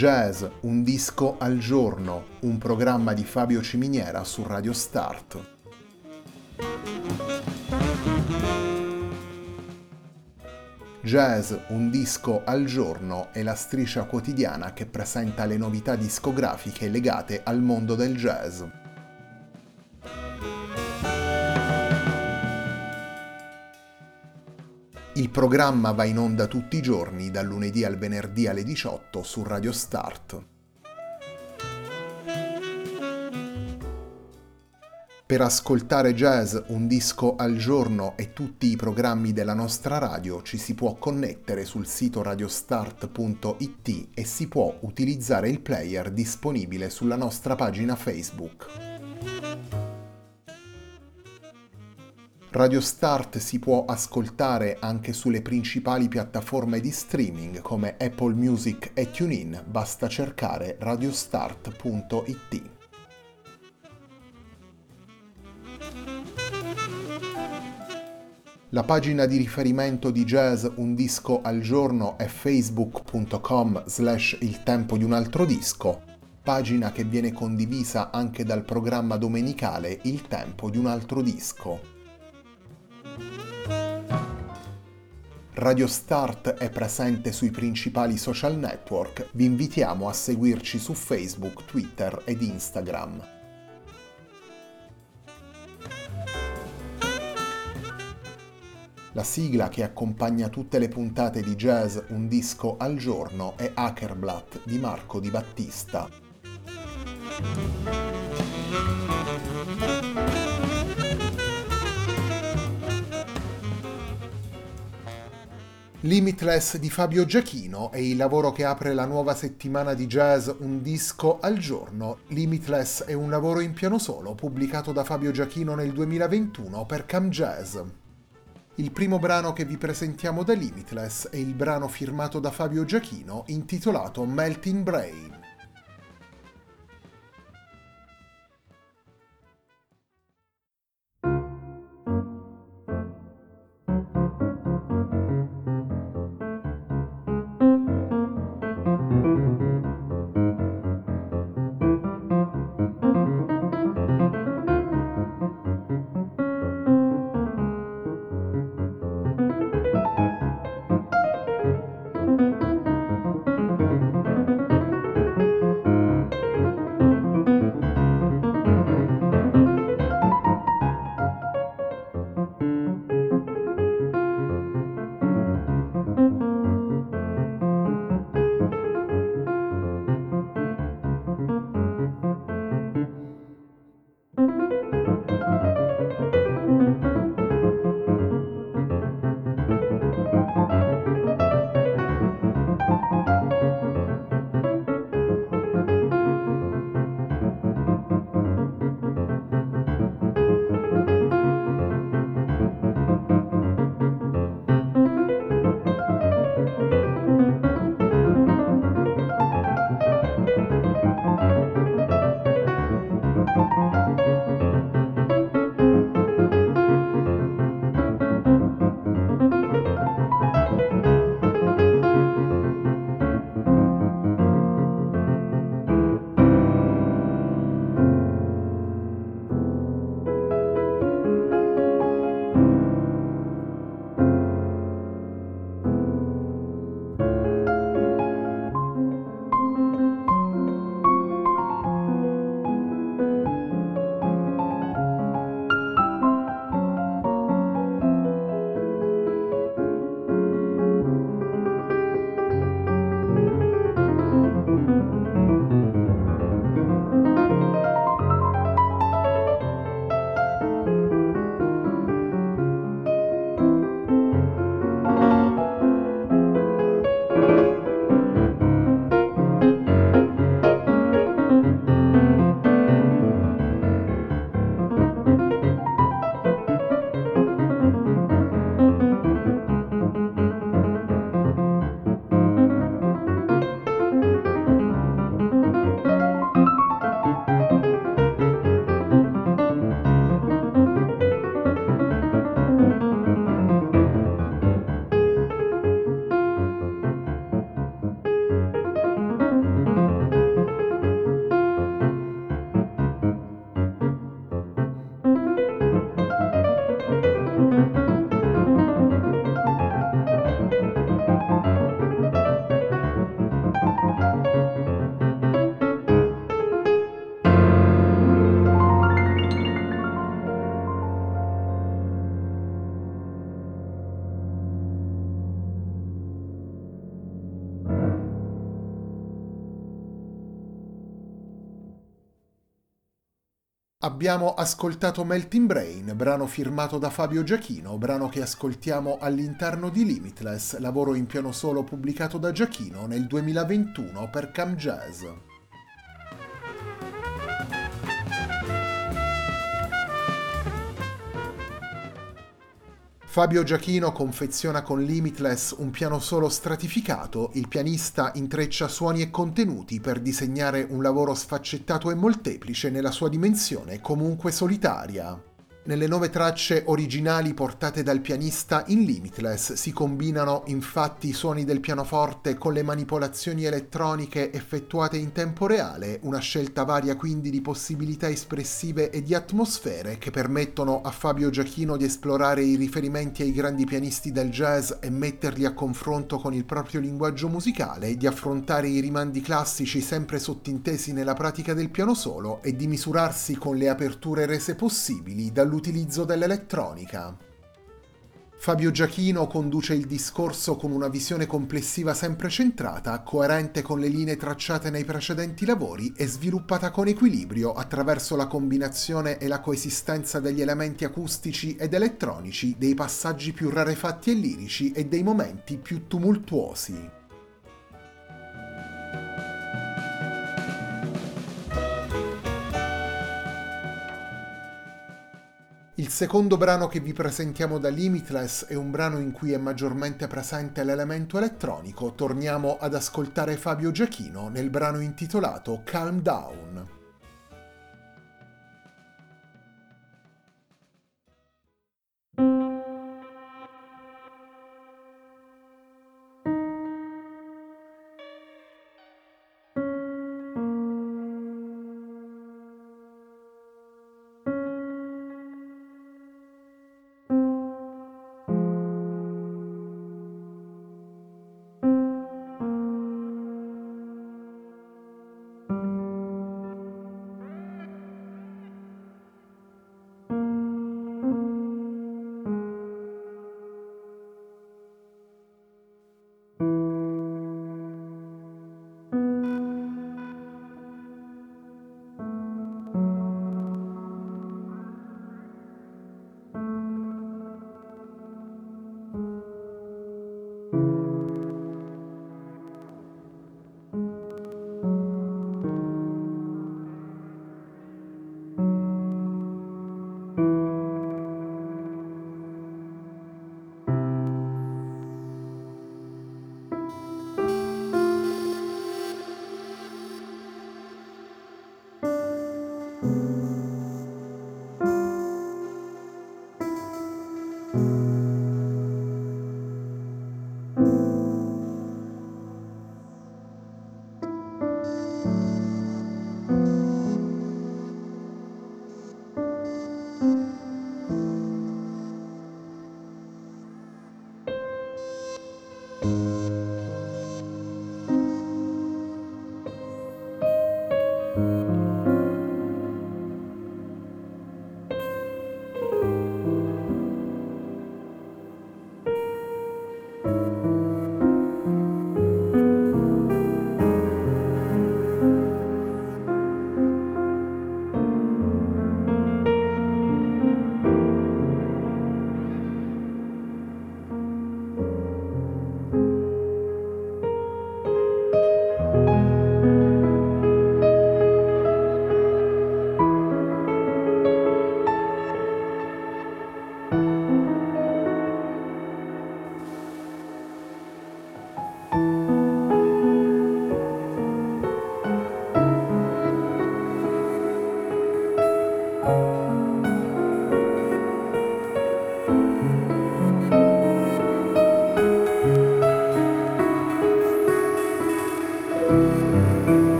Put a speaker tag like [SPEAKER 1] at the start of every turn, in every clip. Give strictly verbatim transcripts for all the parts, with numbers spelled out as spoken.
[SPEAKER 1] Jazz, un disco al giorno, un programma di Fabio Ciminiera su Radio Start. Jazz, un disco al giorno è la striscia quotidiana che presenta le novità discografiche legate al mondo del jazz. Il programma va in onda tutti i giorni, dal lunedì al venerdì alle diciotto su Radio Start. Per ascoltare Jazz, un disco al giorno e tutti i programmi della nostra radio ci si può connettere sul sito radiostart punto it e si può utilizzare il player disponibile sulla nostra pagina Facebook. Radio Start si può ascoltare anche sulle principali piattaforme di streaming come Apple Music e TuneIn, basta cercare radiostart punto it. La pagina di riferimento di Jazz, un disco al giorno è facebook punto com slash il tempo di un altro disco, pagina che viene condivisa anche dal programma domenicale Il tempo di un altro disco. Radio Start è presente sui principali social network, vi invitiamo a seguirci su Facebook, Twitter ed Instagram. La sigla che accompagna tutte le puntate di Jazz, un disco al giorno è Hackerblatt di Marco Di Battista. Limitless di Fabio Giachino è il lavoro che apre la nuova settimana di Jazz, un disco al giorno. Limitless è un lavoro in piano solo pubblicato da Fabio Giachino nel duemilaventuno per Cam Jazz. Il primo brano che vi presentiamo da Limitless è il brano firmato da Fabio Giachino intitolato Melting Brain. Abbiamo ascoltato Melting Brain, brano firmato da Fabio Giachino, brano che ascoltiamo all'interno di Limitless, lavoro in piano solo pubblicato da Giachino nel duemilaventuno per Cam Jazz. Fabio Giachino confeziona con Limitless un piano solo stratificato, il pianista intreccia suoni e contenuti per disegnare un lavoro sfaccettato e molteplice nella sua dimensione comunque solitaria. Nelle nove tracce originali portate dal pianista in Limitless si combinano infatti i suoni del pianoforte con le manipolazioni elettroniche effettuate in tempo reale, una scelta varia quindi di possibilità espressive e di atmosfere che permettono a Fabio Giachino di esplorare i riferimenti ai grandi pianisti del jazz e metterli a confronto con il proprio linguaggio musicale, di affrontare i rimandi classici sempre sottintesi nella pratica del piano solo e di misurarsi con le aperture rese possibili dal l'utilizzo dell'elettronica. Fabio Giachino conduce il discorso con una visione complessiva sempre centrata, coerente con le linee tracciate nei precedenti lavori e sviluppata con equilibrio attraverso la combinazione e la coesistenza degli elementi acustici ed elettronici, dei passaggi più rarefatti e lirici e dei momenti più tumultuosi. Il secondo brano che vi presentiamo da Limitless è un brano in cui è maggiormente presente l'elemento elettronico. Torniamo ad ascoltare Fabio Giachino nel brano intitolato Calm Down.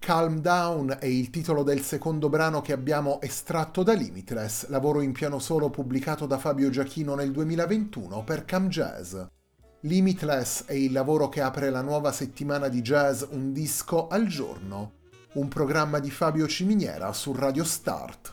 [SPEAKER 1] Calm Down è il titolo del secondo brano che abbiamo estratto da Limitless, lavoro in piano solo pubblicato da Fabio Giachino nel duemilaventuno per Cam Jazz. Limitless è il lavoro che apre la nuova settimana di jazz Un disco al giorno, un programma di Fabio Ciminiera su Radio Start.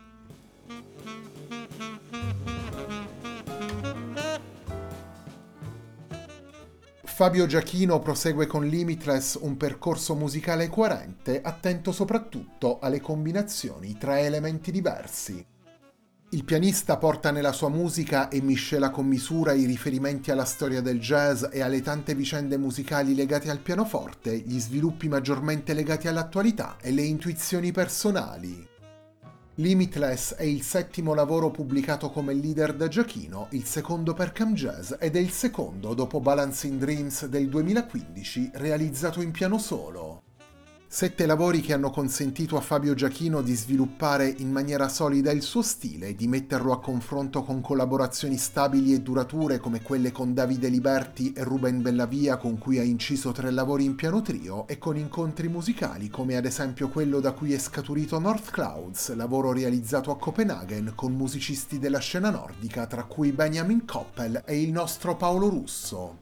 [SPEAKER 1] Fabio Giachino prosegue con Limitless un percorso musicale coerente, attento soprattutto alle combinazioni tra elementi diversi. Il pianista porta nella sua musica e miscela con misura i riferimenti alla storia del jazz e alle tante vicende musicali legate al pianoforte, gli sviluppi maggiormente legati all'attualità e le intuizioni personali. Limitless è il settimo lavoro pubblicato come leader da Giachino, il secondo per Cam Jazz ed è il secondo dopo Balancing Dreams del duemilaquindici realizzato in piano solo. Sette lavori che hanno consentito a Fabio Giachino di sviluppare in maniera solida il suo stile e di metterlo a confronto con collaborazioni stabili e durature come quelle con Davide Liberti e Ruben Bellavia, con cui ha inciso tre lavori in piano trio, e con incontri musicali come ad esempio quello da cui è scaturito North Clouds, lavoro realizzato a Copenaghen con musicisti della scena nordica tra cui Benjamin Koppel e il nostro Paolo Russo.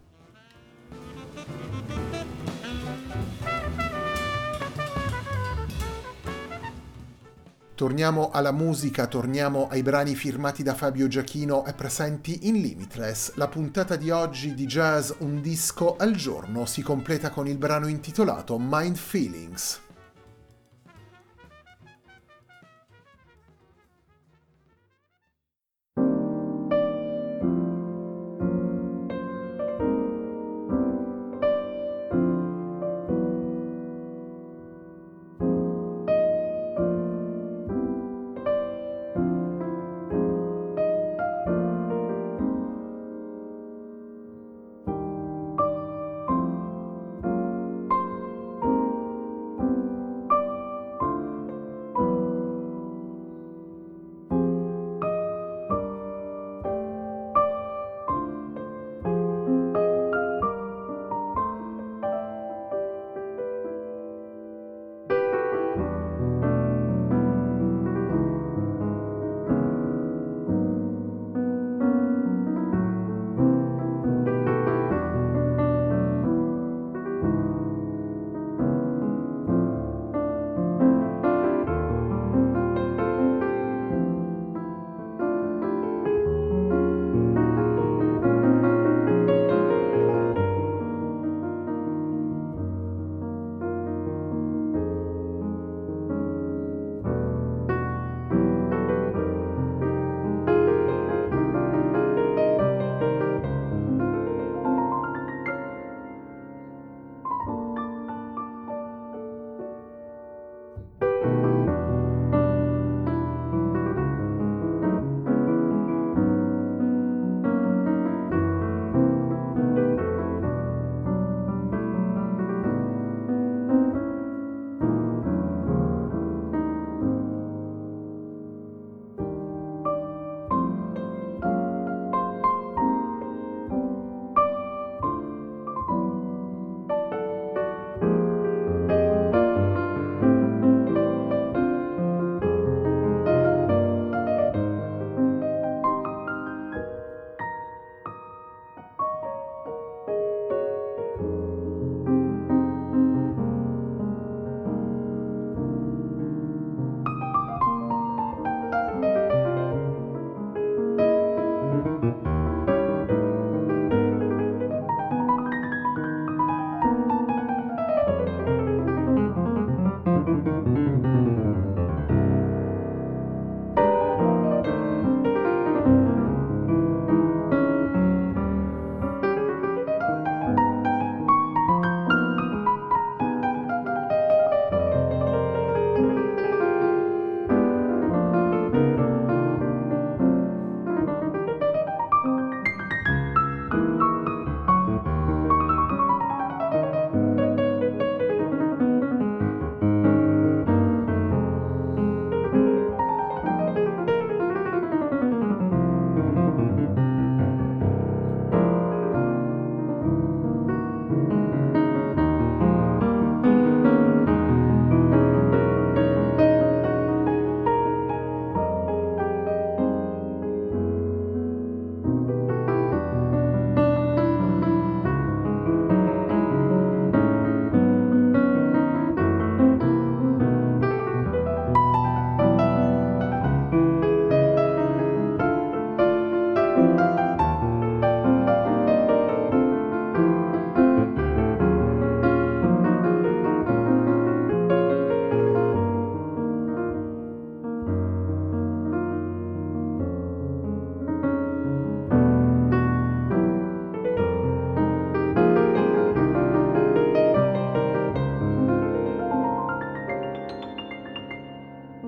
[SPEAKER 1] Torniamo alla musica, torniamo ai brani firmati da Fabio Giachino e presenti in Limitless. La puntata di oggi di Jazz Un disco al giorno si completa con il brano intitolato Mind Feelings.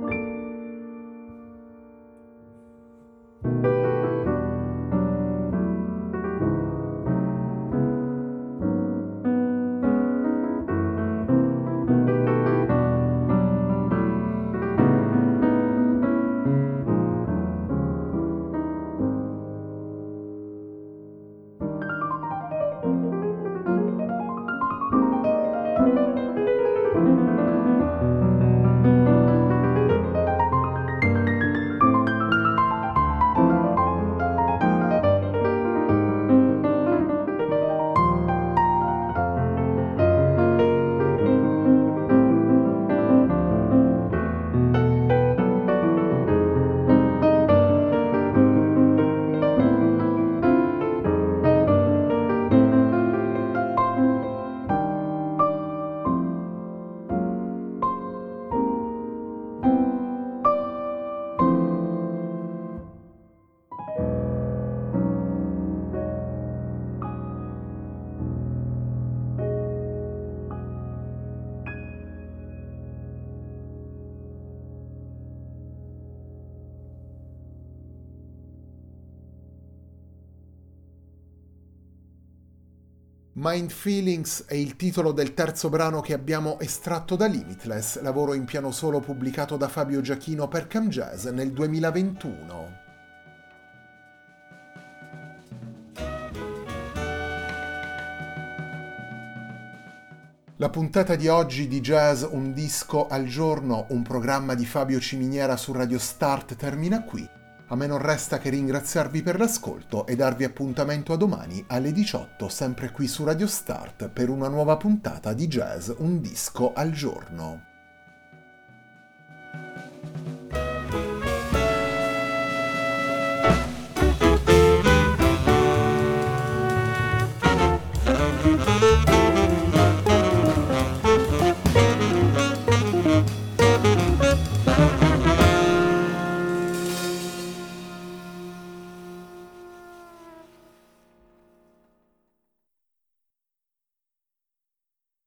[SPEAKER 1] Mind Feelings è il titolo del terzo brano che abbiamo estratto da Limitless, lavoro in piano solo pubblicato da Fabio Giachino per Cam Jazz nel duemilaventuno. La puntata di oggi di Jazz Un Disco al Giorno, un programma di Fabio Ciminiera su Radio Start, termina qui. A me non resta che ringraziarvi per l'ascolto e darvi appuntamento a domani alle diciotto, sempre qui su Radio Start, per una nuova puntata di Jazz Un Disco al Giorno.